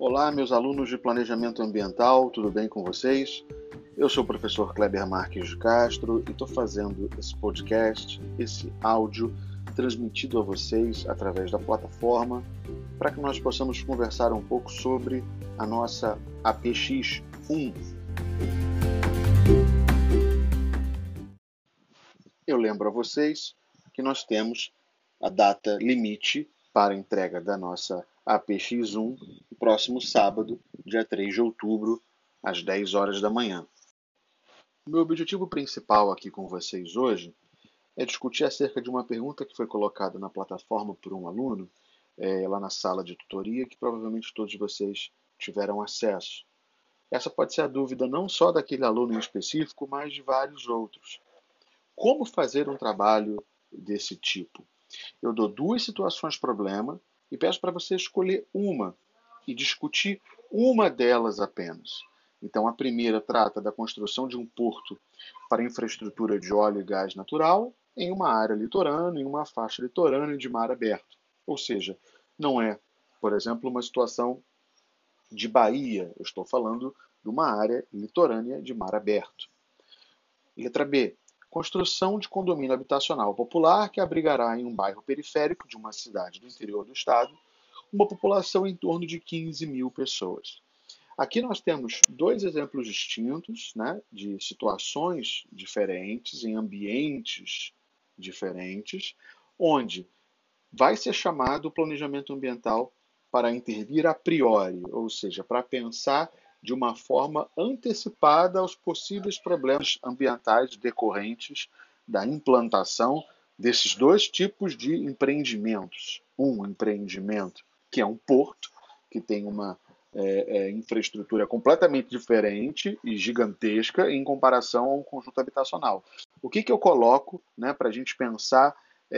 Olá, meus alunos de Planejamento Ambiental, tudo bem com vocês? Eu sou o professor Kleber Marques de Castro e estou fazendo esse podcast, esse áudio, transmitido a vocês através da plataforma, para que nós possamos conversar um pouco sobre a nossa APX1. Eu lembro a vocês que nós temos a data limite para a entrega da nossa APX1 no próximo sábado, dia 3 de outubro, às 10 horas da manhã. O meu objetivo principal aqui com vocês hoje é discutir acerca de uma pergunta que foi colocada na plataforma por um aluno, lá na sala de tutoria, que provavelmente todos vocês tiveram acesso. Essa pode ser a dúvida não só daquele aluno em específico, mas de vários outros. Como fazer um trabalho desse tipo? Eu dou duas situações problema e peço para você escolher uma e discutir uma delas apenas. Então, a primeira trata da construção de um porto para infraestrutura de óleo e gás natural em uma área litorânea, em uma faixa litorânea de mar aberto. Ou seja, não é, por exemplo, uma situação de Bahia. Eu estou falando de uma área litorânea de mar aberto. Letra B. Construção de condomínio habitacional popular que abrigará em um bairro periférico de uma cidade do interior do estado uma população em torno de 15 mil pessoas. Aqui nós temos dois exemplos distintos, né, de situações diferentes, em ambientes diferentes, onde vai ser chamado o planejamento ambiental para intervir a priori, ou seja, para pensar de uma forma antecipada aos possíveis problemas ambientais decorrentes da implantação desses dois tipos de empreendimentos. Um empreendimento que é um porto, que tem uma infraestrutura completamente diferente e gigantesca em comparação a um conjunto habitacional. O que eu coloco, né, para a gente pensar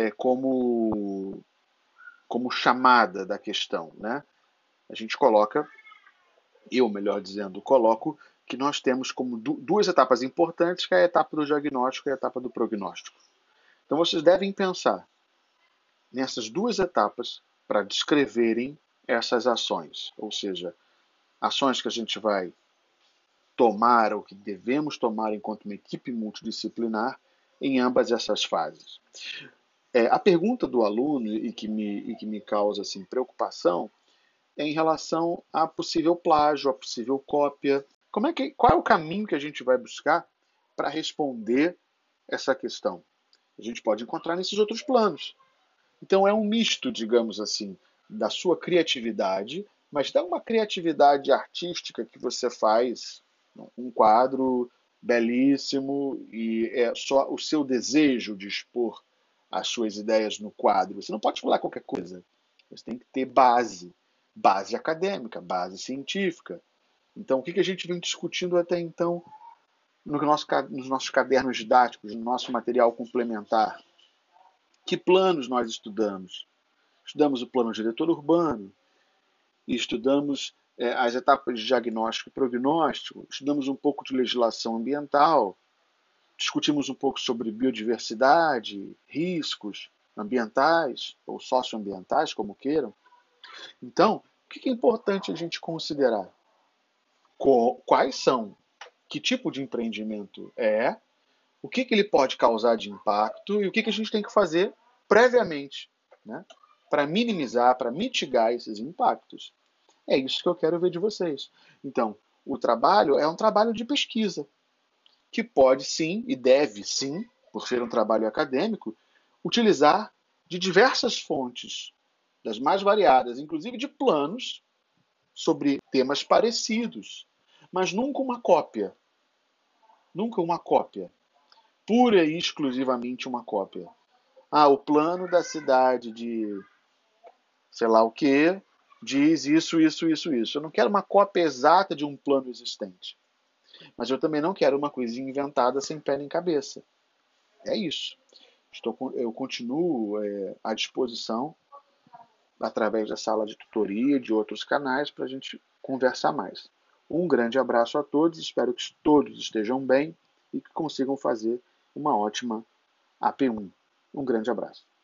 como chamada da questão, né? A gente coloca, melhor dizendo, coloco que nós temos como duas etapas importantes, que é a etapa do diagnóstico e a etapa do prognóstico. Então vocês devem pensar nessas duas etapas para descreverem essas ações, ou seja, ações que a gente vai tomar ou que devemos tomar enquanto uma equipe multidisciplinar em ambas essas fases. A pergunta do aluno e que me causa assim, preocupação é em relação a possível plágio, a possível cópia. Qual é o caminho que a gente vai buscar para responder essa questão? A gente pode encontrar nesses outros planos. Então é um misto, digamos assim, da sua criatividade, mas não uma criatividade artística que você faz um quadro belíssimo e é só o seu desejo de expor as suas ideias no quadro. Você não pode falar qualquer coisa. Você tem que ter base acadêmica, base científica. Então, o que a gente vem discutindo até então nos nossos cadernos didáticos, no nosso material complementar? Que planos nós estudamos? Estudamos o plano diretor urbano, e estudamos as etapas de diagnóstico e prognóstico, estudamos um pouco de legislação ambiental, discutimos um pouco sobre biodiversidade, riscos ambientais ou socioambientais, como queiram. Então, o que é importante a gente considerar? Quais são? Que tipo de empreendimento é? O que ele pode causar de impacto? E o que a gente tem que fazer previamente, né, para minimizar, para mitigar esses impactos? É isso que eu quero ver de vocês. Então, o trabalho é um trabalho de pesquisa, que pode sim, e deve sim, por ser um trabalho acadêmico, utilizar de diversas fontes, das mais variadas, inclusive de planos sobre temas parecidos, mas nunca uma cópia. Nunca uma cópia. Pura e exclusivamente uma cópia. O plano da cidade de sei lá o que diz isso. Eu não quero uma cópia exata de um plano existente. Mas eu também não quero uma coisinha inventada sem pé nem cabeça. É isso. Eu continuo à disposição através da sala de tutoria e de outros canais para a gente conversar mais. Um grande abraço a todos, espero que todos estejam bem e que consigam fazer uma ótima AP1. Um grande abraço.